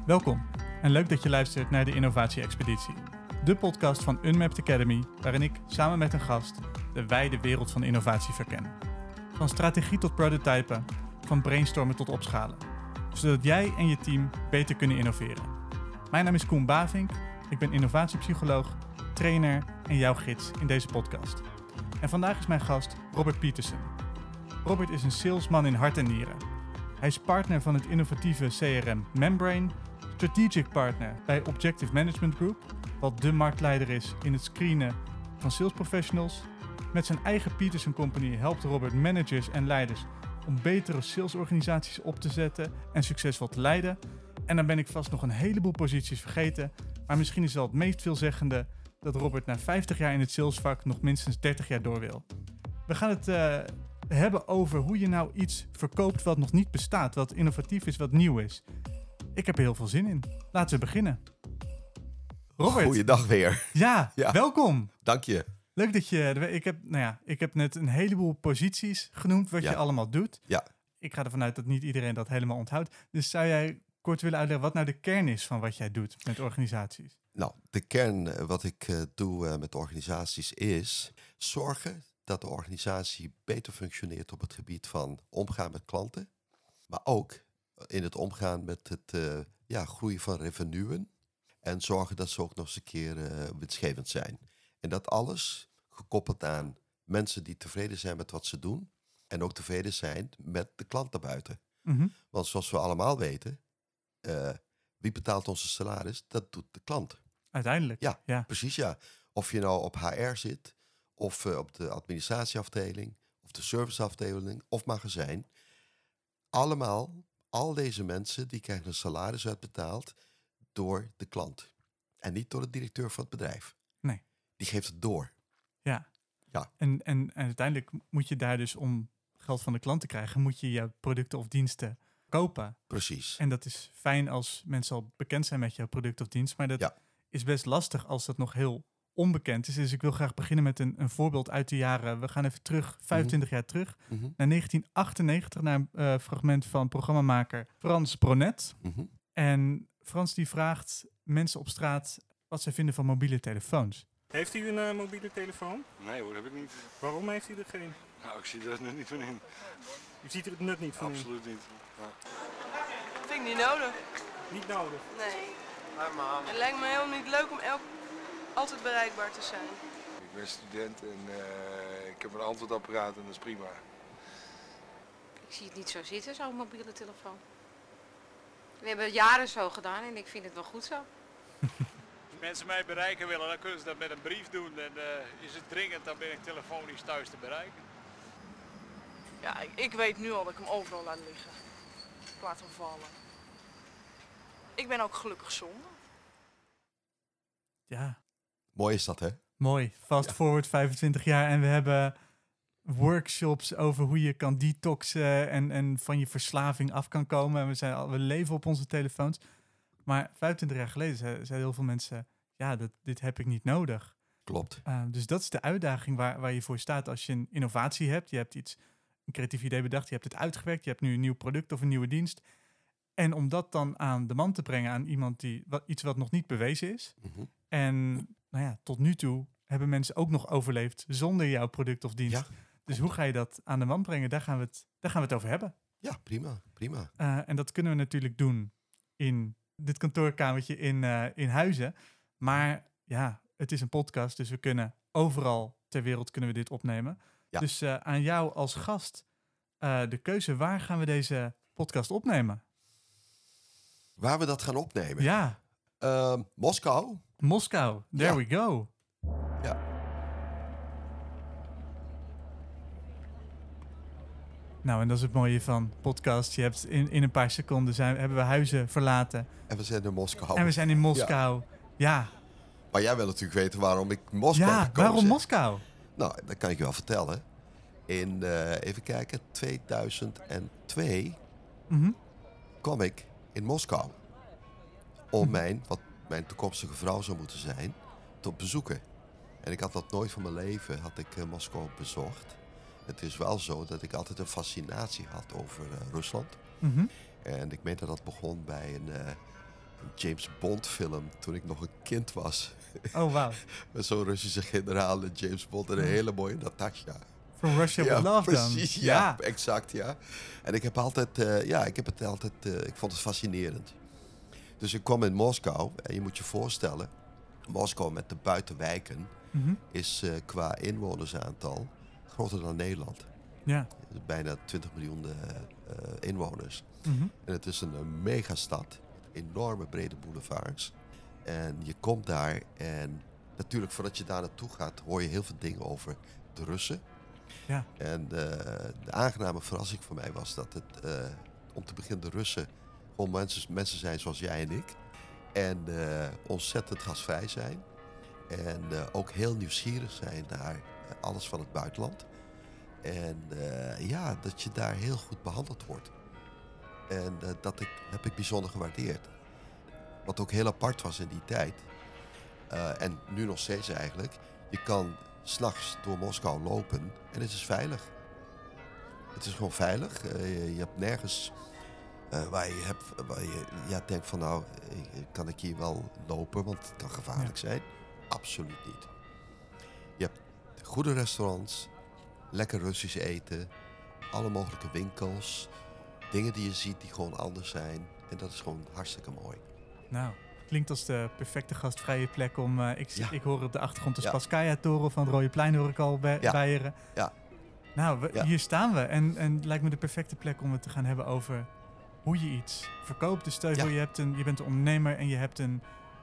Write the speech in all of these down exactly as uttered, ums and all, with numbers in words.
Welkom en leuk dat je luistert naar de Innovatie Expeditie. De podcast van Unmapped Academy, waarin ik samen met een gast de wijde wereld van innovatie verken. Van strategie tot prototypen, van brainstormen tot opschalen. Zodat jij en je team beter kunnen innoveren. Mijn naam is Koen Bavink, ik ben innovatiepsycholoog, trainer en jouw gids in deze podcast. En vandaag is mijn gast Robert Peterson. Robert is een salesman in hart en nieren. Hij is partner van het innovatieve C R M Membrain, strategic partner bij Objective Management Group, wat de marktleider is in het screenen van sales professionals. Met zijn eigen Peterson Company helpt Robert managers en leiders om betere salesorganisaties op te zetten en succesvol te leiden. En dan ben ik vast nog een heleboel posities vergeten, maar misschien is wel het meest veelzeggende dat Robert na vijftig jaar in het salesvak nog minstens dertig jaar door wil. We gaan het uh, hebben over hoe je nou iets verkoopt wat nog niet bestaat, wat innovatief is, wat nieuw is. Ik heb er heel veel zin in. Laten we beginnen. Robert. Goeiedag weer. Ja, ja, welkom. Dank je. Leuk dat je... Ik heb, nou ja, ik heb net een heleboel posities genoemd wat ja. je allemaal doet. Ja. Ik ga ervan uit dat niet iedereen dat helemaal onthoudt. Dus zou jij kort willen uitleggen wat nou de kern is van wat jij doet met organisaties? Nou, de kern wat ik uh, doe uh, met organisaties is zorgen dat de organisatie beter functioneert op het gebied van omgaan met klanten. Maar ook in het omgaan met het uh, ja, groeien van revenuen. En zorgen dat ze ook nog eens een keer uh, winstgevend zijn. En dat alles gekoppeld aan mensen die tevreden zijn met wat ze doen. En ook tevreden zijn met de klant daarbuiten. Mm-hmm. Want zoals we allemaal weten, uh, wie betaalt onze salaris? Dat doet de klant. Uiteindelijk. Ja, ja. precies ja. Of je nou op H R zit, of uh, op de administratieafdeling, of de serviceafdeling, of magazijn. Allemaal, al deze mensen, die krijgen een salaris uitbetaald door de klant. En niet door de directeur van het bedrijf. Nee. Die geeft het door. Ja. Ja. En, en, en uiteindelijk moet je daar dus om geld van de klant te krijgen, moet je je producten of diensten kopen. Precies. En dat is fijn als mensen al bekend zijn met jouw product of dienst, maar dat ja. is best lastig als dat nog heel onbekend is. Dus ik wil graag beginnen met een, een voorbeeld uit de jaren. We gaan even terug, vijfentwintig mm-hmm. jaar terug, mm-hmm. naar negentien achtennegentig, naar een uh, fragment van programmamaker Frans Bronet. Mm-hmm. En Frans die vraagt mensen op straat wat zij vinden van mobiele telefoons. Heeft u een uh, mobiele telefoon? Nee hoor, heb ik niet. Waarom heeft u er geen? Nou, ik zie er nu niet van in. U ziet er het nut niet van Absoluut in? niet. Ja. Vind ik niet nodig. Niet nodig? Nee. Het lijkt me heel niet leuk om elk, altijd bereikbaar te zijn. Ik ben student en uh, ik heb een antwoordapparaat en dat is prima. Ik zie het niet zo zitten, zo'n mobiele telefoon. We hebben het jaren zo gedaan en ik vind het wel goed zo. Als mensen mij bereiken willen, dan kunnen ze dat met een brief doen. En uh, is het dringend, dan ben ik telefonisch thuis te bereiken. Ja, ik, ik weet nu al dat ik hem overal laat liggen. Ik laat hem vallen. Ik ben ook gelukkig zonder. Ja. Mooi is dat, hè? Mooi. Fast ja. forward vijfentwintig jaar en we hebben workshops over hoe je kan detoxen en, en van je verslaving af kan komen. En we, zijn al, we leven op onze telefoons. Maar vijfentwintig jaar geleden zeiden heel veel mensen, ja, dat, dit heb ik niet nodig. Klopt. Uh, dus dat is de uitdaging waar, waar je voor staat als je een innovatie hebt. Je hebt iets, een creatief idee bedacht, je hebt het uitgewerkt, je hebt nu een nieuw product of een nieuwe dienst. En om dat dan aan de man te brengen aan iemand die wat, iets wat nog niet bewezen is. Mm-hmm. En nou ja, tot nu toe hebben mensen ook nog overleefd zonder jouw product of dienst. Ja. Dus hoe ga je dat aan de man brengen? Daar gaan we het, daar gaan we het over hebben. Ja, prima, prima. Uh, en dat kunnen we natuurlijk doen in dit kantoorkamertje in, uh, in Huizen. Maar ja, het is een podcast, dus we kunnen overal ter wereld kunnen we dit opnemen. Ja. Dus uh, aan jou als gast uh, de keuze, waar gaan we deze podcast opnemen? Waar we dat gaan opnemen? Ja. Uh, Moskou. Moskou, there ja. we go. Ja. Nou, en dat is het mooie van podcast. Je hebt in, in een paar seconden zijn, hebben we Huizen verlaten. En we zijn in Moskou. En we zijn in Moskou, ja. ja. Maar jij wil natuurlijk weten waarom ik Moskou ja, heb gekozen. Waarom Moskou? Nou, dat kan ik je wel vertellen. In, uh, even kijken, tweeduizend twee mm-hmm. kwam ik in Moskou. Om mm-hmm. mijn, wat mijn toekomstige vrouw zou moeten zijn, te bezoeken. En ik had dat nooit van mijn leven, had ik uh, Moskou bezocht. Het is wel zo dat ik altijd een fascinatie had over uh, Rusland. Mm-hmm. En ik meen dat dat begon bij een, uh, een James Bond film toen ik nog een kind was. Oh, wauw. Met zo'n Russische generaal en James Bond en een hele mooie Natasha. From Russia with Love dan. Precies, ja, ja, exact, ja. En ik heb altijd, uh, ja, ik heb het altijd, uh, ik vond het fascinerend. Dus ik kwam in Moskou en je moet je voorstellen, Moskou met de buitenwijken Mm-hmm. is uh, qua inwonersaantal groter dan Nederland. Ja. Bijna twintig miljoen uh, uh, inwoners. Mm-hmm. En het is een, een megastad, enorme brede boulevards. En je komt daar en natuurlijk voordat je daar naartoe gaat hoor je heel veel dingen over de Russen. Ja. En uh, de aangename verrassing voor mij was dat het, uh, om te beginnen de Russen gewoon mensen, mensen zijn zoals jij en ik. En uh, ontzettend gastvrij zijn. En uh, ook heel nieuwsgierig zijn naar uh, alles van het buitenland. En uh, ja, dat je daar heel goed behandeld wordt. En uh, dat ik, heb ik bijzonder gewaardeerd. Wat ook heel apart was in die tijd. Uh, en nu nog steeds eigenlijk. Je kan 's nachts door Moskou lopen en het is veilig. Het is gewoon veilig. Uh, je, je hebt nergens uh, waar je, hebt, waar je ja, denkt van nou, kan ik hier wel lopen, want het kan gevaarlijk Ja. zijn. Absoluut niet. Je hebt goede restaurants, lekker Russisch eten, alle mogelijke winkels, dingen die je ziet die gewoon anders zijn. En dat is gewoon hartstikke mooi. Nou, klinkt als de perfecte gastvrije plek om... Uh, ik, Ja. ik hoor op de achtergrond de Ja. Spasskaya-toren van het Rode Plein hoor ik al bij, Ja. bijeren. Ja. Nou, we, Ja. hier staan we. En, en het lijkt me de perfecte plek om het te gaan hebben over hoe je iets verkoopt. Dus stel je Ja. voor, je, hebt een, je bent een ondernemer en je hebt een,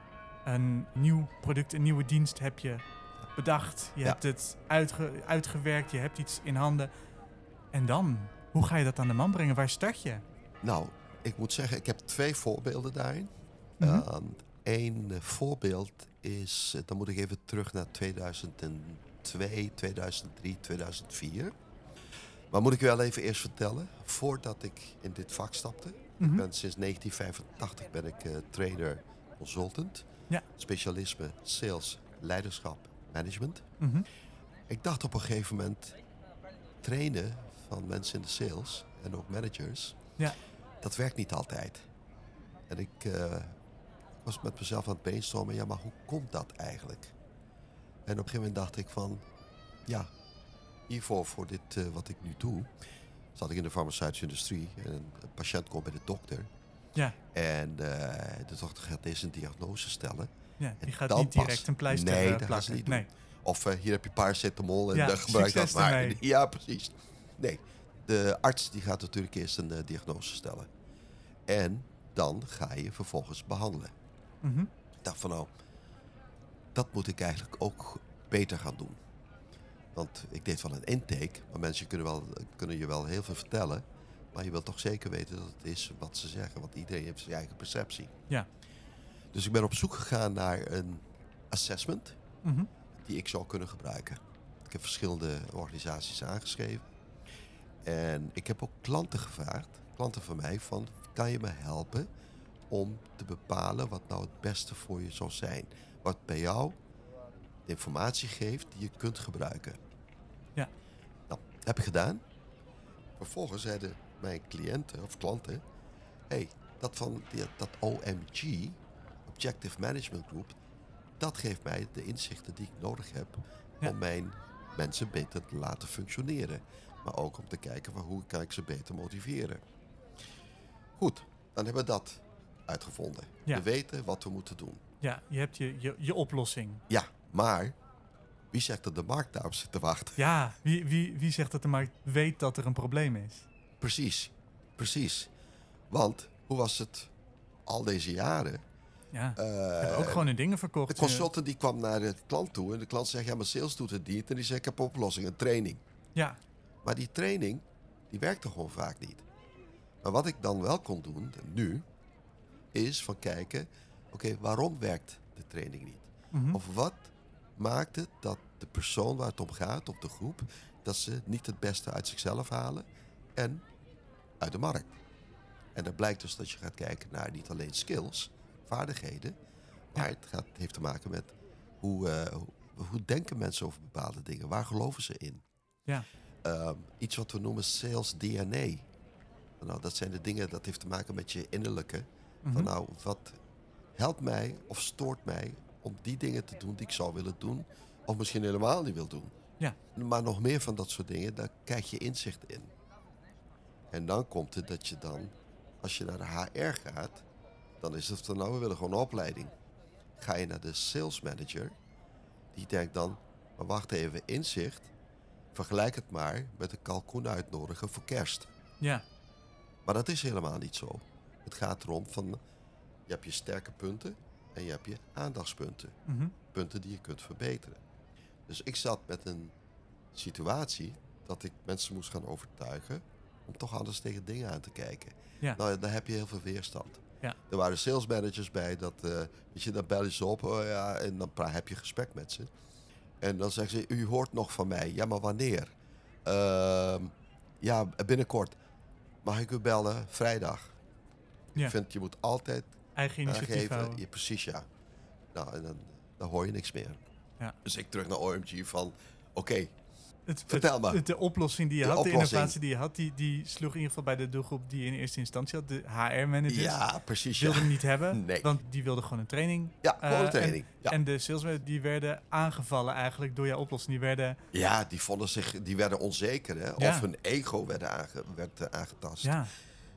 een nieuw product, een nieuwe dienst heb je bedacht. Je Ja. hebt het uitge, uitgewerkt, je hebt iets in handen. En dan, hoe ga je dat aan de man brengen? Waar start je? Nou, ik moet zeggen, ik heb twee voorbeelden daarin. Mhm. Eén uh, voorbeeld is, uh, dan moet ik even terug naar tweeduizend twee, tweeduizend drie, tweeduizend vier. Maar moet ik wel even eerst vertellen, voordat ik in dit vak stapte. Mhm. Ik ben sinds negentien vijfentachtig ben ik uh, trainer, consultant. Ja. Specialisme, sales, leiderschap, management. Mhm. Ik dacht op een gegeven moment, trainen van mensen in de sales en ook managers, Ja. dat werkt niet altijd. En ik uh, was met mezelf aan het brainstormen, ja, maar hoe komt dat eigenlijk? En op een gegeven moment dacht ik van, ja, hiervoor, voor dit uh, wat ik nu doe, zat ik in de farmaceutische industrie en een patiënt komt bij de dokter. Ja. En uh, de dokter gaat deze een diagnose stellen. Ja, die En gaat dan niet direct pas- een pleister Nee, uh, dat gaan plakken. ze niet doen. Nee. Of uh, hier heb je paracetamol en Ja, dan gebruik dat succes maar. ermee. Ja, precies. Nee, de arts die gaat natuurlijk eerst een uh, diagnose stellen. En dan ga je vervolgens behandelen. Mhm. Ik dacht van nou, dat moet ik eigenlijk ook beter gaan doen. Want ik deed wel een intake, maar mensen kunnen, wel, kunnen je wel heel veel vertellen. Maar je wilt toch zeker weten dat het is wat ze zeggen. Want iedereen heeft zijn eigen perceptie. Ja. Dus ik ben op zoek gegaan naar een assessment Mhm. die ik zou kunnen gebruiken. Ik heb verschillende organisaties aangeschreven. En ik heb ook klanten gevraagd, klanten van mij, van kan je me helpen om te bepalen wat nou het beste voor je zou zijn. Wat bij jou de informatie geeft die je kunt gebruiken. Ja. Nou, dat heb ik gedaan. Vervolgens zeiden mijn cliënten of klanten, hey, dat van die, dat O M G, Objective Management Group, dat geeft mij de inzichten die ik nodig heb Ja. om mijn mensen beter te laten functioneren. Maar ook om te kijken van hoe kan ik ze beter motiveren. Goed, dan hebben we dat uitgevonden. Ja. We weten wat we moeten doen. Ja, je hebt je, je, je oplossing. Ja, maar wie zegt dat de markt daarop zit te wachten? Ja, wie, wie, wie zegt dat de markt weet dat er een probleem is? Precies, precies. Want hoe was het al deze jaren? Ja, Uh, hebben ook gewoon hun dingen verkocht. de consultant die kwam naar de klant toe en de klant zegt, ja, maar sales doet het niet. En die zegt, ik heb een oplossing, een training. Ja, Maar die training, die werkte gewoon vaak niet. Maar wat ik dan wel kon doen, nu, is van kijken, oké, okay, waarom werkt de training niet? mhm. Of wat maakt het dat de persoon waar het om gaat, of de groep, dat ze niet het beste uit zichzelf halen en uit de markt. En dan blijkt dus dat je gaat kijken naar niet alleen skills, vaardigheden, maar het gaat, heeft te maken met hoe, uh, hoe, hoe denken mensen over bepaalde dingen, waar geloven ze in? Ja. Um, iets wat we noemen sales D N A. Nou, dat zijn de dingen, dat heeft te maken met je innerlijke. Mhm. Van nou, wat helpt mij of stoort mij om die dingen te doen die ik zou willen doen. Of misschien helemaal niet wil doen. Ja. Maar nog meer van dat soort dingen, daar krijg je inzicht in. En dan komt het dat je dan, als je naar de H R gaat, dan is het van nou, we willen gewoon een opleiding. Ga je naar de sales manager, die denkt dan, maar wacht even, inzicht, vergelijk het maar met een kalkoen uitnodigen voor kerst. Ja. Maar dat is helemaal niet zo. Het gaat erom van, je hebt je sterke punten en je hebt je aandachtspunten. Mhm. Punten die je kunt verbeteren. Dus ik zat met een situatie dat ik mensen moest gaan overtuigen om toch anders tegen dingen aan te kijken. Ja. Nou, daar heb je heel veel weerstand. Ja. Er waren sales managers bij, dat, uh, weet je, dan bel je ze op oh ja, en dan pra- heb je gesprek met ze. En dan zeggen ze, u hoort nog van mij. Ja, maar wanneer? Uh, ja, binnenkort. Mag ik u bellen? Vrijdag. Ja. Ik vind, je moet altijd Eigen initiatief aangeven. houden. Ja, precies, ja. Nou, en dan, dan hoor je niks meer. Ja. Dus ik terug naar O M G van, oké, okay, Het, vertel het, maar. het- de oplossing die je De had, de oplossing. innovatie die je had, die, die sloeg in ieder geval bij de doelgroep die je in eerste instantie had. De H R-managers ja, precies, ja. wilden hem niet hebben, Nee. want die wilden gewoon een training. Ja, gewoon Eh, een training. En, Ja. en de salesmen die werden aangevallen eigenlijk door jouw oplossing. Die werden, ja, die vonden zich, die werden onzeker, hè? Ja. Of hun ego werd, aange, werd uh, aangetast. ja,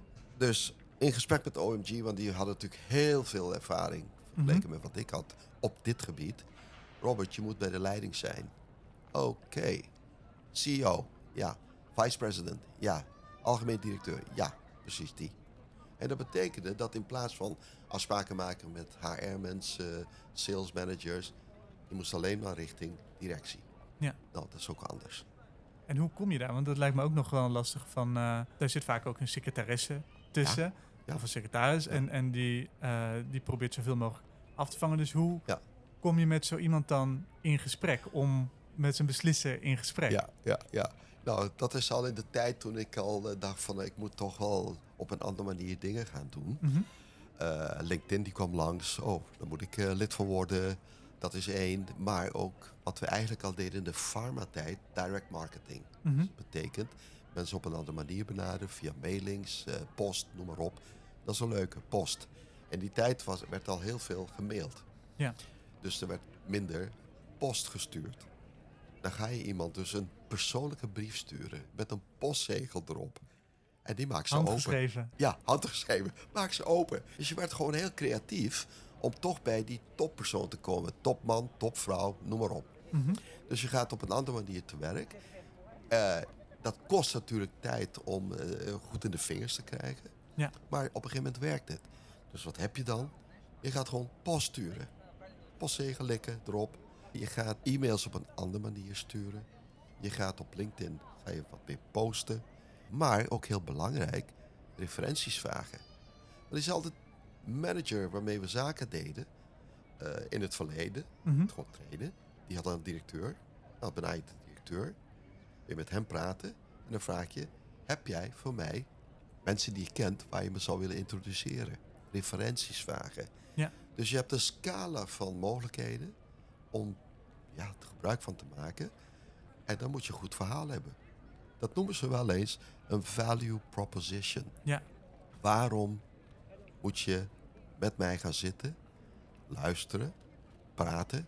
Dus in gesprek met O M G, want die hadden natuurlijk heel veel ervaring vergeleken Mhm. met wat ik had op dit gebied. Robert, je moet bij de leiding zijn. Oké. Okay. C E O, ja. Vice president, ja. Algemeen directeur, ja. Precies die. En dat betekende dat in plaats van afspraken maken met H R-mensen, sales managers, je moest alleen maar richting directie. Ja. Nou, dat is ook anders. En hoe kom je daar? Want dat lijkt me ook nog wel lastig van, uh, daar zit vaak ook een secretaresse tussen. Ja. Of een secretaris. Ja. En, en die, uh, die probeert zoveel mogelijk af te vangen. Dus hoe Ja. kom je met zo iemand dan in gesprek? Om met zijn beslisser in gesprek? Ja, ja, ja. Nou, dat is al in de tijd toen ik al uh, dacht van, uh, ik moet toch wel op een andere manier dingen gaan doen. Mhm. Uh, LinkedIn die kwam langs. Oh, daar moet ik uh, lid van worden. Dat is één. Maar ook wat we eigenlijk al deden in de pharma-tijd, direct marketing. Mhm. Dus dat betekent mensen op een andere manier benaderen, via mailings, uh, post, noem maar op. Dat is een leuke post. In die tijd was, werd al heel veel gemaild. Ja. Dus er werd minder post gestuurd. Dan ga je iemand dus een persoonlijke brief sturen met een postzegel erop. En die maakt ze open. Handgeschreven. Ja, handgeschreven. Maak ze open. Dus je werd gewoon heel creatief om toch bij die toppersoon te komen. Topman, topvrouw, noem maar op. Mhm. Dus je gaat op een andere manier te werk. Uh, dat kost natuurlijk tijd om uh, goed in de vingers te krijgen. Ja. Maar op een gegeven moment werkt het. Dus wat heb je dan? Je gaat gewoon post sturen. Postzegel likken erop. Je gaat e-mails op een andere manier sturen. Je gaat op LinkedIn ga je wat meer posten. Maar ook heel belangrijk, referenties vragen. Er is altijd een manager waarmee we zaken deden uh, in het verleden. Mhm. Het gewoon trainen. Die had dan een directeur. Nou, ben ik de directeur. Weer met hem praten. En dan vraag je, heb jij voor mij mensen die je kent waar je me zou willen introduceren? Referenties vragen. Ja. Dus je hebt een scala van mogelijkheden om ja, er gebruik van te maken. En dan moet je een goed verhaal hebben. Dat noemen ze wel eens een value proposition. Ja. Waarom moet je met mij gaan zitten, luisteren, praten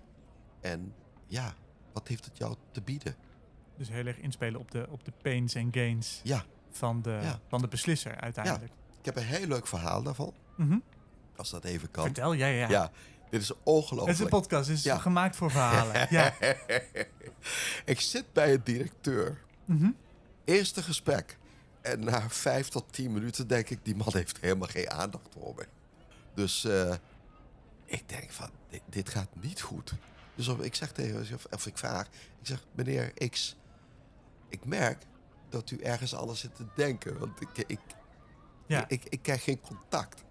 en ja, wat heeft het jou te bieden? Dus heel erg inspelen op de, op de pains en gains Ja, van, de, Ja. van de beslisser uiteindelijk. ik heb een heel leuk verhaal daarvan, Mhm. als dat even kan. Vertel, ja, ja. ja. Ja, dit is Het ongelooflijk. is een podcast, het is Ja. gemaakt voor verhalen. Ja. Ik zit bij een directeur. Mhm. Eerste gesprek. En na vijf tot tien minuten denk ik, die man heeft helemaal geen aandacht voor me. Dus uh, ik denk van, dit, dit gaat niet goed. Dus of, ik zeg tegen hem, of ik vraag, ik zeg, meneer X, ik merk dat u ergens anders zit te denken. Want ik, ik, Ja. ik, ik, ik krijg geen contact.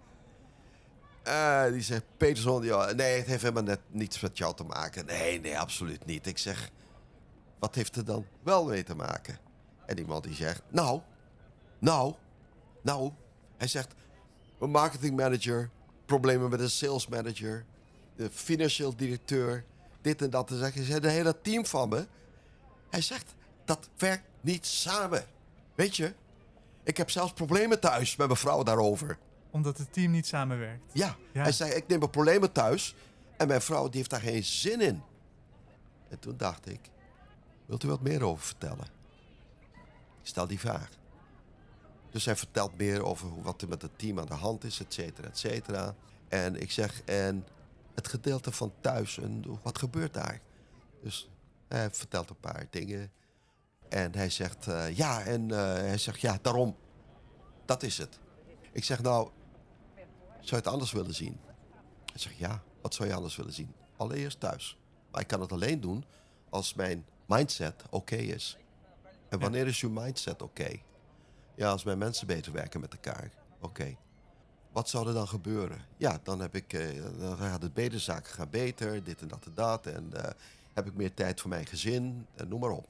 Uh, die zegt, Peterson, ja, nee, het heeft helemaal net niets met jou te maken. Nee, nee, absoluut niet. Ik zeg, wat heeft er dan wel mee te maken? En die man die zegt, nou, nou, nou. Hij zegt, een marketingmanager, problemen met een sales manager, de financieel directeur, dit en dat. Dan zegt hij, ze hebben een hele team van me. Hij zegt, dat werkt niet samen. Weet je, ik heb zelfs problemen thuis met mijn vrouw daarover. Omdat het team niet samenwerkt. Ja, Ja. hij zei, ik neem mijn problemen thuis en mijn vrouw die heeft daar geen zin in. En toen dacht ik, wilt u wat meer over vertellen? Ik stel die vraag. Dus hij vertelt meer over hoe- wat er met het team aan de hand is, et cetera, et cetera. En ik zeg, en het gedeelte van thuis, en wat gebeurt daar? Dus hij vertelt een paar dingen. En hij zegt, uh, ja, en uh, hij zegt, ja, daarom, dat is het. Ik zeg, nou, zou je het anders willen zien? Hij zegt, ja, wat zou je anders willen zien? Allereerst thuis. Maar ik kan het alleen doen als mijn mindset oké is. En wanneer is uw mindset oké? Ja, als mijn mensen beter werken met elkaar. Oké. Wat zou er dan gebeuren? Ja, dan heb ik, uh, dan gaat het beter, zaken gaan beter, dit en dat en dat. En uh, heb ik meer tijd voor mijn gezin, en noem maar op.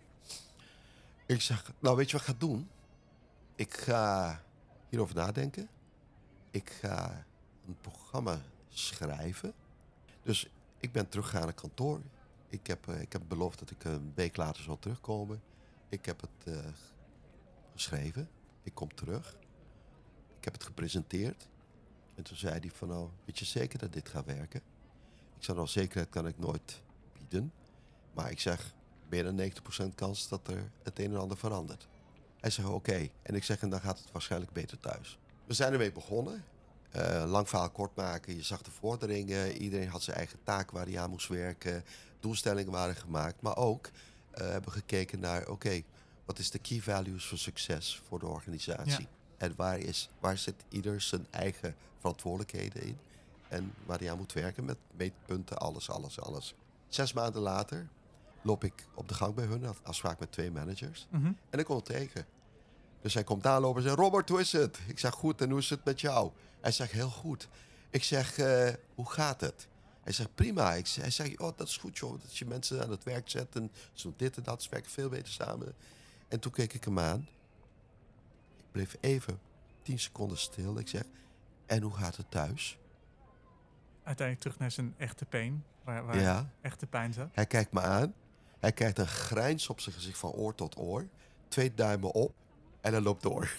Ik zeg, nou weet je wat ik ga doen? Ik ga hierover nadenken. Ik ga een programma schrijven. Dus ik ben teruggegaan naar kantoor. Ik heb, uh, ik heb beloofd dat ik een week later zou terugkomen. Ik heb het uh, geschreven. Ik kom terug. Ik heb het gepresenteerd. En toen zei hij van, nou, weet je zeker dat dit gaat werken? Ik zei, nou, zekerheid kan ik nooit bieden. Maar ik zeg, meer dan negentig procent kans dat er het een en ander verandert. Hij zegt, oké. Okay. En ik zeg, en dan gaat het waarschijnlijk beter thuis. We zijn ermee begonnen. Uh, lang verhaal kort maken. Je zag de vorderingen. Iedereen had zijn eigen taak waar hij aan moest werken. Doelstellingen waren gemaakt. Maar ook uh, hebben we gekeken naar, oké, okay, wat is de key values voor succes voor de organisatie? Ja. En waar, is, waar zit ieder zijn eigen verantwoordelijkheden in? En waar hij aan moet werken met meetpunten, alles, alles, alles. Zes maanden later loop ik op de gang bij hun, afspraak met twee managers. Mm-hmm. En ik kom hem tegen. Dus hij komt aanlopen en zegt, Robert, hoe is het? Ik zeg, goed, en hoe is het met jou? Hij zegt, heel goed. Ik zeg, uh, hoe gaat het? Hij zegt, prima. Ik zeg, hij zegt, oh, dat is goed, joh. Dat je mensen aan het werk zet en zo dit en dat. Ze werken veel beter samen. En toen keek ik hem aan. Ik bleef even tien seconden stil. Ik zeg, en hoe gaat het thuis? Uiteindelijk terug naar zijn echte pijn, waar, waar ja. echte pijn zat. Hij kijkt me aan. Hij krijgt een grijns op zijn gezicht van oor tot oor. Twee duimen op en hij loopt door.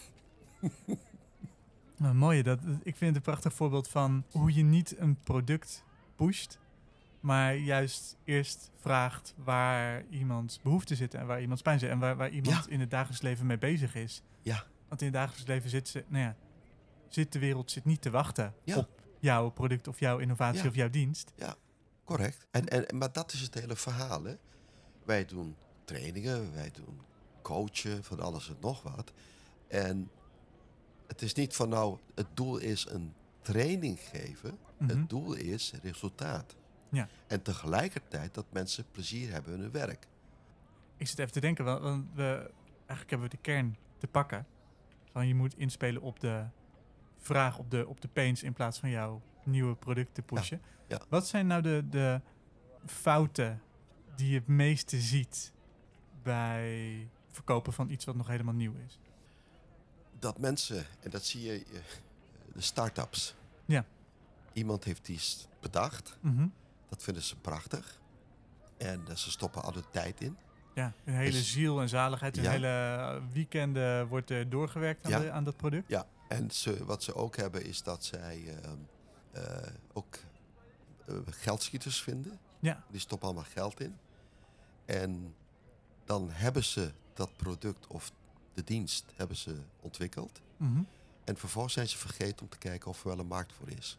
Nou, mooi. Dat, ik vind het een prachtig voorbeeld van hoe je niet een product pusht, maar juist eerst vraagt waar iemands behoeften zitten en waar iemands pijn zit en waar, waar iemand ja. in het dagelijks leven mee bezig is. Ja. Want in het dagelijks leven zit, ze, nou ja, zit de wereld zit niet te wachten ja. op jouw product of jouw innovatie ja. of jouw dienst. Ja, correct. En, en, maar dat is het hele verhaal. Hè? Wij doen trainingen, wij doen coachen, van alles en nog wat. En het is niet van nou, het doel is een training geven. Mm-hmm. Het doel is resultaat. Ja. En tegelijkertijd dat mensen plezier hebben in hun werk. Ik zit even te denken, want, want we, eigenlijk hebben we de kern te pakken. Van je moet inspelen op de vraag, op de, op de pains in plaats van jouw nieuwe product te pushen. Ja. Ja. Wat zijn nou de, de fouten die je het meeste ziet bij verkopen van iets wat nog helemaal nieuw is? Dat mensen, en dat zie je, de start-ups. Ja. Iemand heeft die bedacht. Mm-hmm. Dat vinden ze prachtig. En uh, ze stoppen alle tijd in. Ja, een hele dus, ziel en zaligheid. Een ja. hele weekenden wordt er doorgewerkt aan, ja. de, aan dat product. Ja, en ze, wat ze ook hebben is dat zij uh, uh, ook uh, geldschieters vinden. Ja. Die stoppen allemaal geld in. En dan hebben ze dat product of de dienst hebben ze ontwikkeld. Mm-hmm. En vervolgens zijn ze vergeten om te kijken of er wel een markt voor is.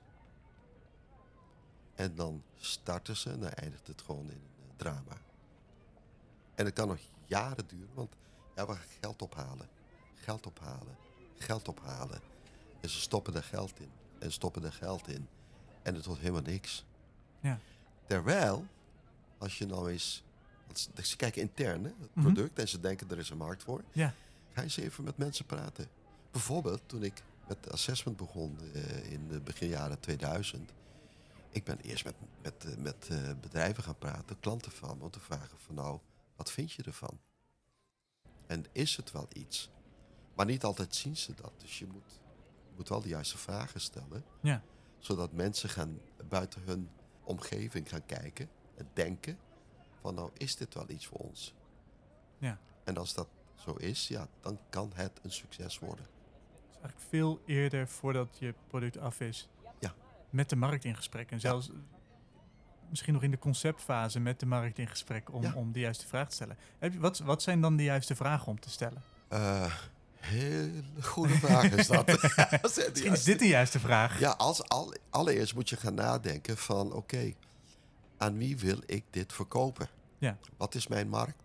En dan starten ze en dan eindigt het gewoon in een drama. En het kan nog jaren duren, want ja, we gaan geld ophalen. Geld ophalen. Geld ophalen. En ze stoppen er geld in. En stoppen er geld in. En het wordt helemaal niks. Ja. Terwijl, als je nou eens... Ze kijken intern, hè, het product, mm-hmm. en ze denken er is een markt voor. Ja. Ga eens even met mensen praten. Bijvoorbeeld toen ik met assessment begon uh, in de begin jaren tweeduizend. Ik ben eerst met, met, met uh, bedrijven gaan praten, klanten van me, om te vragen van nou, wat vind je ervan? En is het wel iets? Maar niet altijd zien ze dat. Dus je moet, je moet wel de juiste vragen stellen. Ja. Zodat mensen gaan buiten hun omgeving gaan kijken en denken van nou, is dit wel iets voor ons? Ja. En als dat zo is, ja, dan kan het een succes worden. eigenlijk veel eerder voordat je product af is. Ja. Met de markt in gesprek. En zelfs ja. misschien nog in de conceptfase met de markt in gesprek om, ja. om de juiste vraag te stellen. Heb je, wat, wat zijn dan de juiste vragen om te stellen? Uh, hele goede vraag is dat. Misschien is dit de juiste vraag. Ja, als, al, allereerst moet je gaan nadenken van oké, okay, aan wie wil ik dit verkopen? Ja. Wat is mijn markt?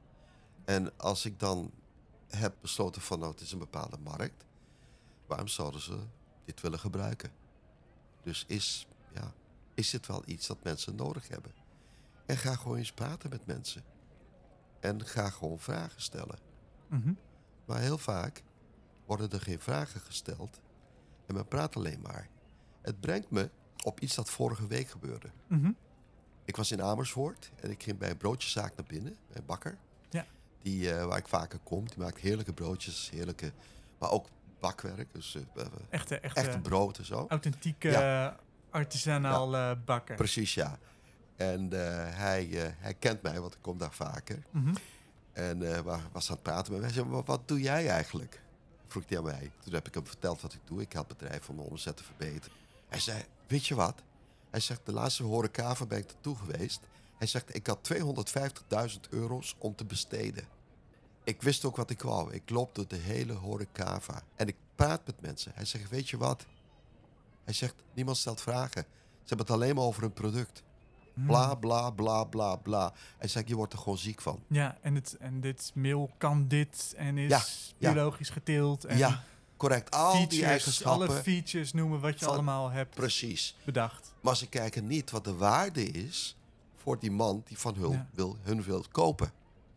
En als ik dan heb besloten van nou, het is een bepaalde markt, waarom zouden ze dit willen gebruiken? Dus is, ja, is dit wel iets dat mensen nodig hebben? En ga gewoon eens praten met mensen. En ga gewoon vragen stellen. Mm-hmm. Maar heel vaak worden er geen vragen gesteld en men praat alleen maar. Het brengt me op iets dat vorige week gebeurde. Mm-hmm. Ik was in Amersfoort en ik ging bij een broodjeszaak naar binnen, bij een bakker. Ja. Die, uh, waar ik vaker kom, die maakt heerlijke broodjes, heerlijke, maar ook bakwerk. Dus uh, echte, echte, echte brood en zo. Authentieke, ja. artisanaal ja. uh, bakker. Precies, ja. En uh, hij, uh, hij kent mij, want ik kom daar vaker. Mm-hmm. En uh, was aan het praten met mij. Hij zei, wat, wat doe jij eigenlijk? Vroeg hij aan mij. Toen heb ik hem verteld wat ik doe. Ik help bedrijf om mijn omzet te verbeteren. Hij zei, weet je wat? Hij zegt, de laatste horecava ben ik naartoe geweest. Hij zegt, ik had tweehonderdvijftigduizend euro's om te besteden. Ik wist ook wat ik wou. Ik loop door de hele horecava. En ik praat met mensen. Hij zegt, weet je wat? Hij zegt, niemand stelt vragen. Ze hebben het alleen maar over een product. Bla, bla, bla, bla, bla. Hij zegt, je wordt er gewoon ziek van. Ja, en, het, en dit meel kan dit en is ja, biologisch ja. geteeld. En ja, correct. Al features, die eigenschappen. alle features noemen wat je van, allemaal hebt precies. bedacht. Maar ze kijken niet wat de waarde is voor die man die van hun, ja. wil, hun wil kopen.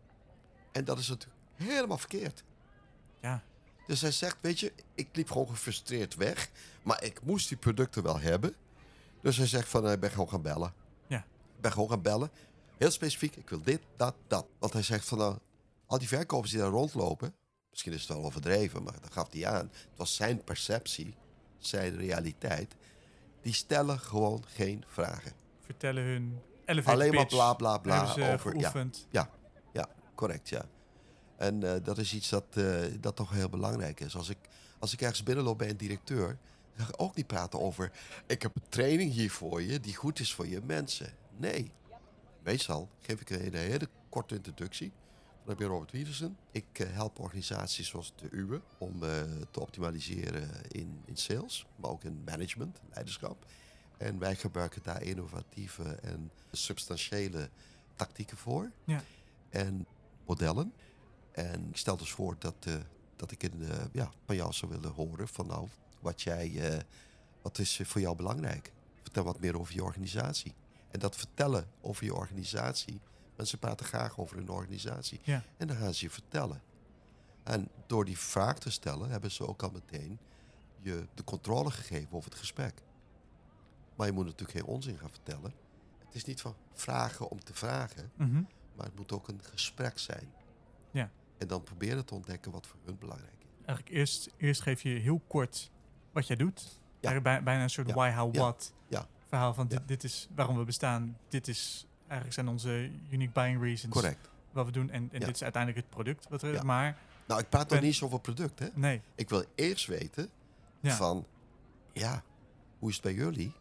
En dat is natuurlijk helemaal verkeerd. Ja. Dus hij zegt, weet je, ik liep gewoon gefrustreerd weg. Maar ik moest die producten wel hebben. Dus hij zegt van, ik ben gewoon gaan bellen. Ja. Ik ben gewoon gaan bellen. Heel specifiek, ik wil dit, dat, dat. Want hij zegt van, nou, al die verkopers die daar rondlopen. Misschien is het wel overdreven, maar dat gaf hij aan. Het was zijn perceptie, zijn realiteit. Die stellen gewoon geen vragen. Vertellen hun elevator alleen maar pitch. bla bla bla Hebben ze over. geoefend. Ja, ja, ja, correct, ja. En uh, dat is iets dat, uh, dat toch heel belangrijk is. Als ik, als ik ergens binnenloop bij een directeur, dan ga ik ook niet praten over, ik heb een training hier voor je die goed is voor je mensen. Nee. Meestal geef ik een hele korte introductie. Ik ben Robert Wietersen. Ik uh, help organisaties zoals de uwe om uh, te optimaliseren in, in sales, maar ook in management, leiderschap. En wij gebruiken daar innovatieve en substantiële tactieken voor. Ja. En modellen. En ik stel dus voor dat, uh, dat ik in, uh, ja, van jou zou willen horen van nou, wat, jij, uh, wat is voor jou belangrijk? Vertel wat meer over je organisatie. En dat vertellen over je organisatie. Mensen praten graag over hun organisatie. Ja. En dan gaan ze je vertellen. En door die vraag te stellen hebben ze ook al meteen je de controle gegeven over het gesprek. Maar je moet natuurlijk geen onzin gaan vertellen. Het is niet van vragen om te vragen. Mm-hmm. Maar het moet ook een gesprek zijn. Ja. En dan proberen te ontdekken wat voor hun belangrijk is. Eigenlijk eerst, eerst geef je heel kort wat jij doet. Ja. Bij, bijna een soort Ja. why, how, Ja. what Ja. verhaal van dit, Ja. dit is waarom we bestaan. Dit is eigenlijk zijn onze unique buying reasons. Correct. Wat we doen. En, en Ja. dit is uiteindelijk het product. Wat er, Ja. Maar Nou, ik praat ben- nog niet eens over product, hè. nee. Ik wil eerst weten Ja. van, ja, hoe is het bij jullie?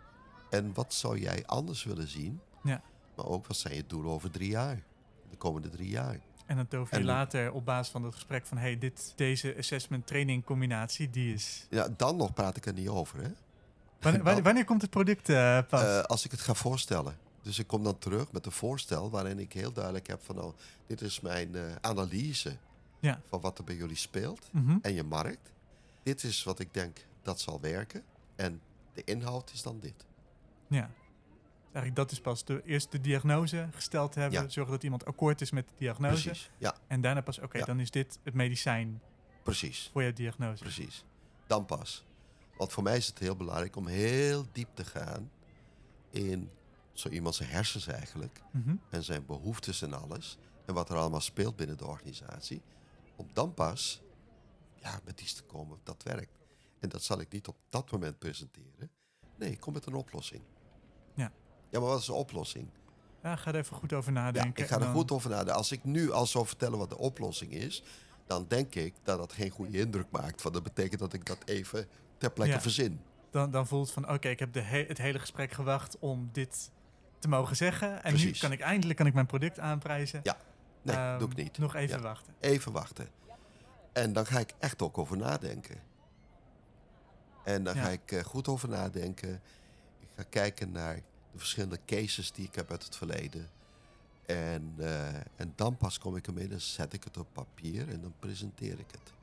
En wat zou jij anders willen zien? Ja. Maar ook, wat zijn je doelen over drie jaar? De komende drie jaar. En dan tover je En- later op basis van het gesprek van hey, dit, deze assessment training combinatie, die is. Ja, dan nog praat ik er niet over, hè. Wanneer, wanneer, wanneer komt het product uh, pas? Uh, als ik het ga voorstellen. Dus ik kom dan terug met een voorstel waarin ik heel duidelijk heb van, nou, dit is mijn uh, analyse Ja. van wat er bij jullie speelt Mhm. en je markt. Dit is wat ik denk dat zal werken. En de inhoud is dan dit. Ja. Eigenlijk dat is pas de eerste diagnose gesteld te hebben. Ja. Zorgen dat iemand akkoord is met de diagnose. Precies, ja, En daarna pas, oké, Ja. dan is dit het medicijn precies, voor je diagnose. precies. Dan pas. Want voor mij is het heel belangrijk om heel diep te gaan in zo iemand zijn hersens eigenlijk. Mhm. En zijn behoeftes en alles. En wat er allemaal speelt binnen de organisatie. Om dan pas ja, met iets te komen dat werkt. En dat zal ik niet op dat moment presenteren. Nee, ik kom met een oplossing. Ja. Ja, maar wat is de oplossing? Ja, ga er even goed over Ja, nadenken. ik ga en er dan- goed over nadenken. Als ik nu al zou vertellen wat de oplossing is, dan denk ik dat dat geen goede indruk maakt. Want dat betekent dat ik dat even ter plekke Ja. verzin. Dan, dan voelt het van, oké, ik heb de he- het hele gesprek gewacht om dit te mogen zeggen. En nu Precies. kan ik eindelijk kan ik mijn product aanprijzen. Ja. Nee, Ehm, doe ik niet. Nog even Ja. wachten. Even wachten. En dan ga ik echt ook over nadenken. En dan Ja. ga ik uh, goed over nadenken. Ik ga kijken naar de verschillende cases die ik heb uit het verleden. En, uh, en dan pas kom ik ermee, dan zet ik het op papier en dan presenteer ik het.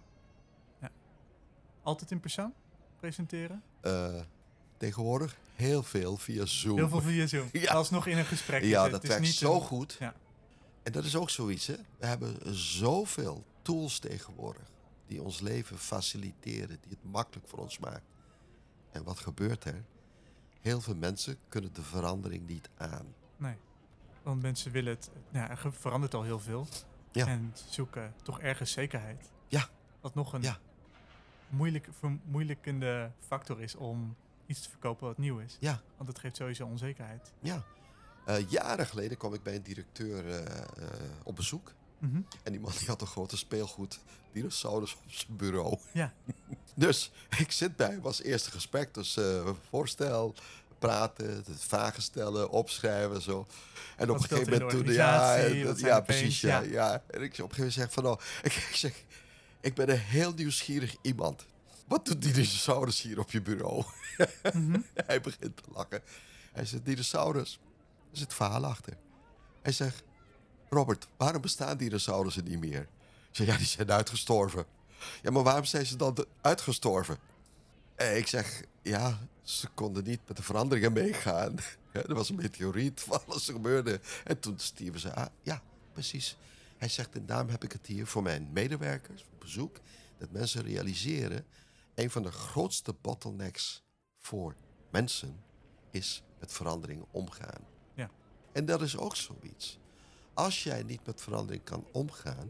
Altijd in persoon presenteren? Uh, tegenwoordig heel veel via Zoom. Heel veel via Zoom. Ja. Alsnog in een gesprek. Ja, Het dat is werkt niet zo een- goed. Ja. En dat is ook zoiets, hè. We hebben zoveel tools tegenwoordig die ons leven faciliteren, die het makkelijk voor ons maken. En wat gebeurt er? Heel veel mensen kunnen de verandering niet aan. Nee. Want mensen willen het... Ja, er verandert al heel veel. Ja. En zoeken toch ergens zekerheid. Ja. Wat nog een Ja. moeilijk, vermoeilijkende factor is om iets te verkopen wat nieuw is. Ja. Want het geeft sowieso onzekerheid. Ja. Uh, jaren geleden kwam ik bij een directeur uh, uh, op bezoek. Mm-hmm. En die man die had een grote speelgoed dinosaurus op zijn bureau. Ja. Dus ik zit bij hem als eerste gesprek. Dus uh, voorstel, praten, vragen stellen, opschrijven en zo. En op een gegeven moment toen... Ja, dat, ja precies. Ja, ja. ja. En ik op een gegeven moment zeg van... Oh, ik, ik zeg, ik ben een heel nieuwsgierig iemand. Wat doet die dinosaurus hier op je bureau? Mm-hmm. Hij begint te lachen. Hij zegt, dinosaurus, er zit verhaal achter. Hij zegt, Robert, waarom bestaan dinosaurussen niet meer? Ik zeg, ja, die zijn uitgestorven. Ja, maar waarom zijn ze dan uitgestorven? En ik zeg, ja, ze konden niet met de veranderingen meegaan. Ja, er was een meteoriet, van alles gebeurde. En toen stierven ze aan. Ja, precies. Hij zegt, en daarom heb ik het hier voor mijn medewerkers, voor bezoek, dat mensen realiseren, een van de grootste bottlenecks voor mensen is met veranderingen omgaan. Ja. En dat is ook zoiets. Als jij niet met verandering kan omgaan,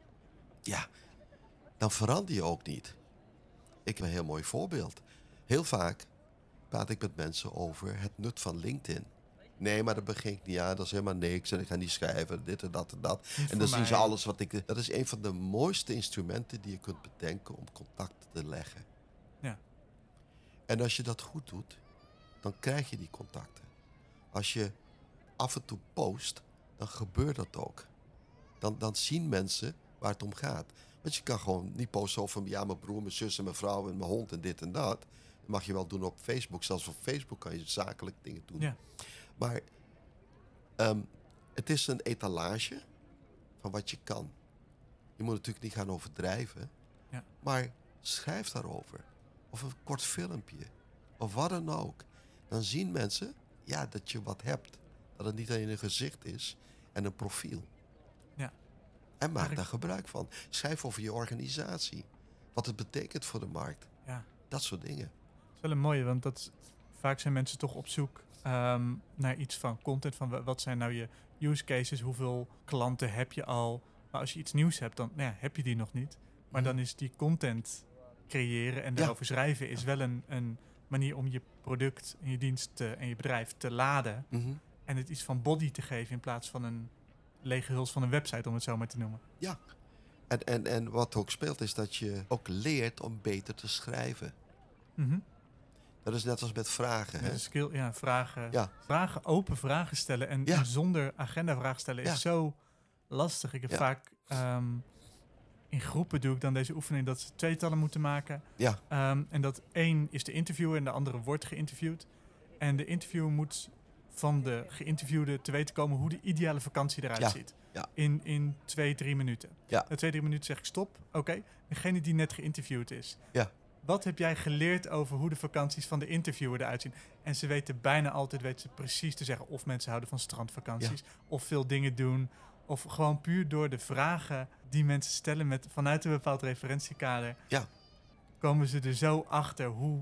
ja, dan verander je ook niet. Ik heb een heel mooi voorbeeld. Heel vaak praat ik met mensen over het nut van LinkedIn. Nee, maar dat begin ik niet aan, dat is helemaal niks. En ik ga niet schrijven, dit en dat en dat. Niet en dan voor zien ze mij. alles wat ik... Dat is een van de mooiste instrumenten die je kunt bedenken om contacten te leggen. Ja. En als je dat goed doet, dan krijg je die contacten. Als je af en toe post, dan gebeurt dat ook. Dan, dan zien mensen waar het om gaat. Want je kan gewoon niet posten over ja, mijn broer, mijn zus en mijn vrouw en mijn hond en dit en dat. Dat mag je wel doen op Facebook. Zelfs op Facebook kan je zakelijk dingen doen. Ja. Maar um, het is een etalage van wat je kan. Je moet natuurlijk niet gaan overdrijven. Ja. Maar schrijf daarover. Of een kort filmpje. Of wat dan ook. Dan zien mensen ja, dat je wat hebt. Dat het niet alleen een gezicht is en een profiel. Ja. En maak Eigenlijk... daar gebruik van. Schrijf over je organisatie. Wat het betekent voor de markt. Ja. Dat soort dingen. Dat is wel een mooie, want dat, vaak zijn mensen toch op zoek um, naar iets van content. Van wat zijn nou je use cases? Hoeveel klanten heb je al? Maar als je iets nieuws hebt, dan nou ja, heb je die nog niet. Maar dan is die content creëren en daarover ja. schrijven is wel een, een manier om je product en je dienst te, en je bedrijf te laden. Mm-hmm. En het iets van body te geven in plaats van een lege huls van een website, om het zo maar te noemen. Ja. En, en, en wat ook speelt is dat je ook leert om beter te schrijven. Mm-hmm. Dat is net als met vragen. Ja, hè? Skill, ja, vragen, ja. vragen, open vragen stellen. En, ja. en zonder agenda vragen stellen is ja. zo lastig. Ik heb ja. vaak um, in groepen doe ik dan deze oefening dat ze tweetallen moeten maken. Ja. Um, en dat één is de interviewer en de andere wordt geïnterviewd. En de interviewer moet van de geïnterviewde te weten komen hoe de ideale vakantie eruit ja. ziet. Ja. In, in twee, drie minuten. Ja. Na twee, drie minuten zeg ik stop. Oké, okay. Degene die net geïnterviewd is. Ja. Wat heb jij geleerd over hoe de vakanties van de interviewer eruit zien? En ze weten bijna altijd weten ze precies te zeggen of mensen houden van strandvakanties. Ja. Of veel dingen doen. Of gewoon puur door de vragen die mensen stellen met, vanuit een bepaald referentiekader. Ja. Komen ze er zo achter hoe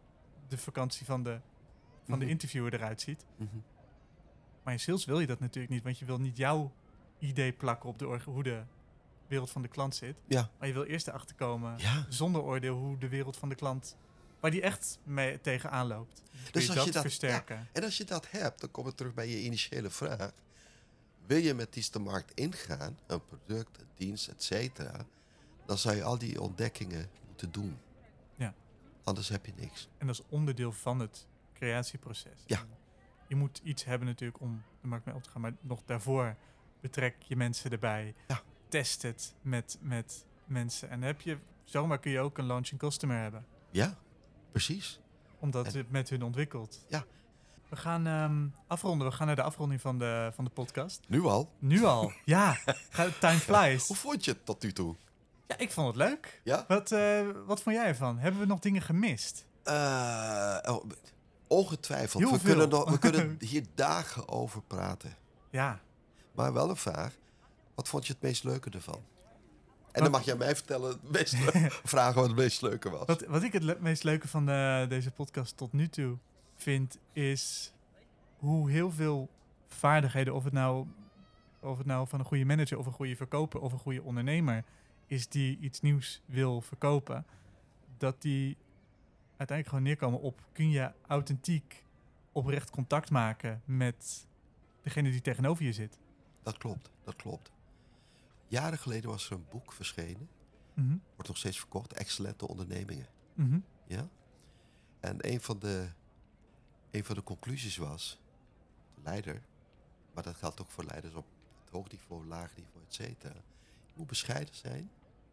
de vakantie van de, van mm-hmm. de interviewer eruit ziet. Mm-hmm. Maar in sales wil je dat natuurlijk niet. Want je wil niet jouw idee plakken op de orga, hoe de wereld van de klant zit. Ja. Maar je wil eerst erachter komen, ja. zonder oordeel, hoe de wereld van de klant, waar die echt mee tegenaan loopt. Dus, dus je als dat je dat versterken. Ja, en als je dat hebt, dan komen we terug bij je initiële vraag. Wil je met iets de markt ingaan, een product, een dienst, et cetera, dan zou je al die ontdekkingen moeten doen. Ja. Anders heb je niks. En dat is onderdeel van het creatieproces. Ja. Je moet iets hebben natuurlijk om de markt mee op te gaan. Maar nog daarvoor betrek je mensen erbij. Ja. Test het met, met mensen. En dan heb je, zomaar kun je ook een launching customer hebben. Ja, precies. Omdat En- het met hun ontwikkelt. Ja. We gaan ehm, afronden. We gaan naar de afronding van de, van de podcast. Nu al. Nu al. Ja, Ga- time flies. Hoe vond je het tot nu toe? Ja, ik vond het leuk. Ja? Wat, eh, wat vond jij ervan? Hebben we nog dingen gemist? Eh, oh, ongetwijfeld. Heel We veel. kunnen, nog, we kunnen hier dagen over praten. Ja. Maar wel een vraag. Wat vond je het meest leuke ervan? En Wat- dan mag jij mij vertellen, het meest le- vragen wat het meest leuke was. Wat, wat ik het le- meest leuke van de, deze podcast tot nu toe vind, is hoe heel veel vaardigheden, of het, nou, of het nou van een goede manager of een goede verkoper of een goede ondernemer is die iets nieuws wil verkopen, dat die uiteindelijk gewoon neerkomen op, kun je authentiek oprecht contact maken met degene die tegenover je zit. Dat klopt, dat klopt. Jaren geleden was er een boek verschenen. Mhm, Wordt nog steeds verkocht. Excellente ondernemingen. mhm, Ja? En een van de, een van de conclusies was, de leider, maar dat geldt ook voor leiders op het hoog niveau, laag niveau, et cetera. Je moet bescheiden zijn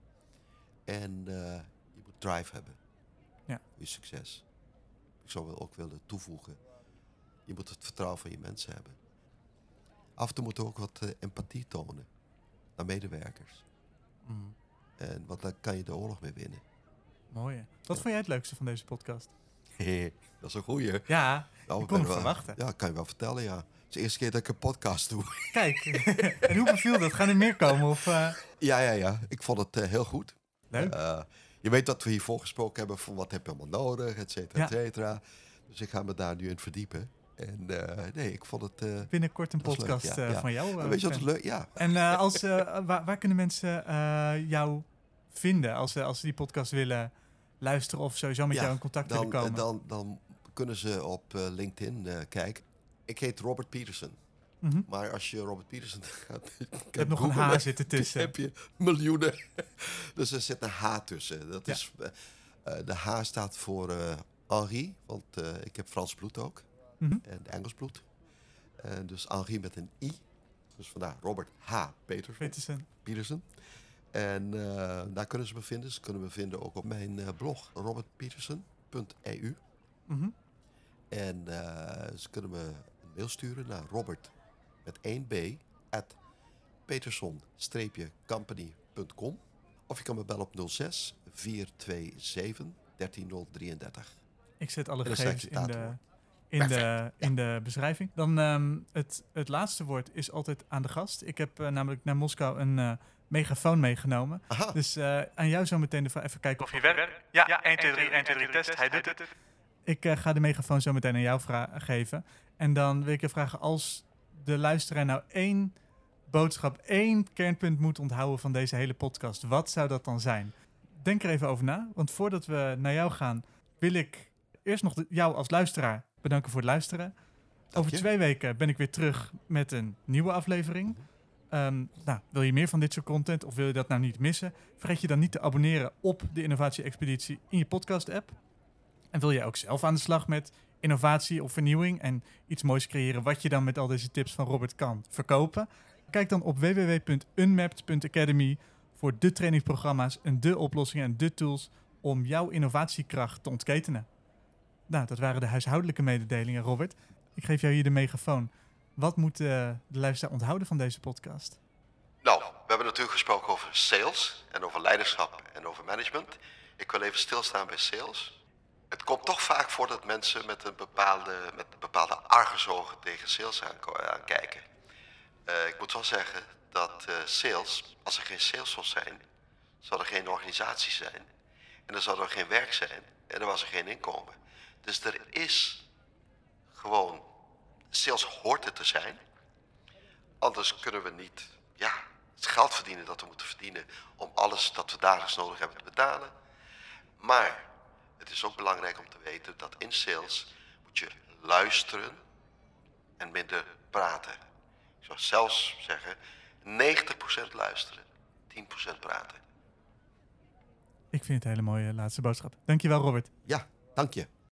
en eh, je moet drive hebben. Ja. Voor je succes. Ik zou wel ook willen toevoegen, je moet het vertrouwen van je mensen hebben. Af en toe moet je ook wat eh, empathie tonen naar medewerkers. mhm. En, want dan kan je de oorlog mee winnen. Mooi. Hè? Wat vond jij het leukste van deze podcast? Dat is een goeie. Ja, Nou, ik ben kon het wel- verwachten. Ja, kan je wel vertellen, ja. Het is de eerste keer dat ik een podcast doe. Kijk, en hoe beviel dat? Gaan er meer komen? Of, eh, ja, ja, ja. Ik vond het eh, heel goed. Leuk. Eh, je weet dat we hiervoor gesproken hebben van wat heb je allemaal nodig, et cetera, Ja. et cetera. Dus ik ga me daar nu in verdiepen. En eh, nee, ik vond het... eh, Binnenkort een Dat is leuk, podcast ja, eh, ja. van jou. eh, weet je wat Sven. het leuk... Ja, En eh, als, eh, waar, waar kunnen mensen eh, jou vinden als, ze als ze die podcast willen luisteren of sowieso met Ja, jou in contact dan, willen komen? eh, dan, dan kunnen ze op eh, LinkedIn eh, kijken. Ik heet Robert Peterson. Mhm. Maar als je Robert Peterson gaat Je hebt nog een H zitten tussen. heb je miljoenen. Dus er zit een H tussen. Dat Ja. is, eh, eh, de H staat voor eh, Henri, want eh, ik heb Frans bloed ook. Mhm. En Engels bloed. En dus Henri met een I. Dus vandaar Robert H. Peterson. Peterson. Peterson. En eh, daar kunnen ze me vinden. Ze kunnen me vinden ook op mijn eh, blog robert peterson punt e u. Mhm. En eh, ze kunnen me een mail sturen naar Robert met één b at peterson-company punt com. Of je kan me bellen op nul zes vier twee zeven een drie nul drieëndertig. Ik zet alle En dan gegevens schrijf in je de, datum in de, in de beschrijving. Dan ehm, het, het laatste woord is altijd aan de gast. Ik heb eh, namelijk naar Moskou een eh, megafoon meegenomen. Aha, Dus eh, aan jou zo meteen de vraag, even kijken of je werkt. Ja, één, twee, drie, één, twee, drie, test. Hij doet het. Ik eh, ga de megafoon zo meteen aan jou vra- geven. En dan wil ik je vragen, als de luisteraar nou één boodschap, één kernpunt moet onthouden van deze hele podcast, wat zou dat dan zijn? Denk er even over na, want voordat we naar jou gaan, wil ik eerst nog de- jou als luisteraar bedanken voor het luisteren. Over je. twee weken ben ik weer terug met een nieuwe aflevering. Ehm, nou, wil je meer van dit soort content of wil je dat nou niet missen? Vergeet je dan niet te abonneren op de Innovatie Expeditie in je podcast-app. En wil je ook zelf aan de slag met innovatie of vernieuwing en iets moois creëren wat je dan met al deze tips van Robert kan verkopen? Kijk dan op w w w punt unmapped punt academy voor de trainingsprogramma's en de oplossingen en de tools om jouw innovatiekracht te ontketenen. Nou, dat waren de huishoudelijke mededelingen, Robert. Ik geef jou hier de megafoon. Wat moet eh, de luisteraar onthouden van deze podcast? nou, we hebben natuurlijk gesproken over sales en over leiderschap en over management. Ik wil even stilstaan bij sales. Het komt toch vaak voor dat mensen met een bepaalde, met een bepaalde argusogen tegen sales aanko- aankijken. Uh, ik moet wel zeggen dat uh, sales, als er geen sales zou zijn, zou er geen organisatie zijn. En dan zou er geen werk zijn en dan was er geen inkomen. Dus er is gewoon, sales hoort er te zijn. Anders kunnen we niet, ja, het geld verdienen dat we moeten verdienen om alles dat we dagelijks nodig hebben te betalen. Maar het is ook belangrijk om te weten dat in sales moet je luisteren en minder praten. Ik zou zelfs zeggen negentig procent luisteren, tien procent praten. Ik vind het een hele mooie laatste boodschap. Dankjewel, Robert. Ja, dank je.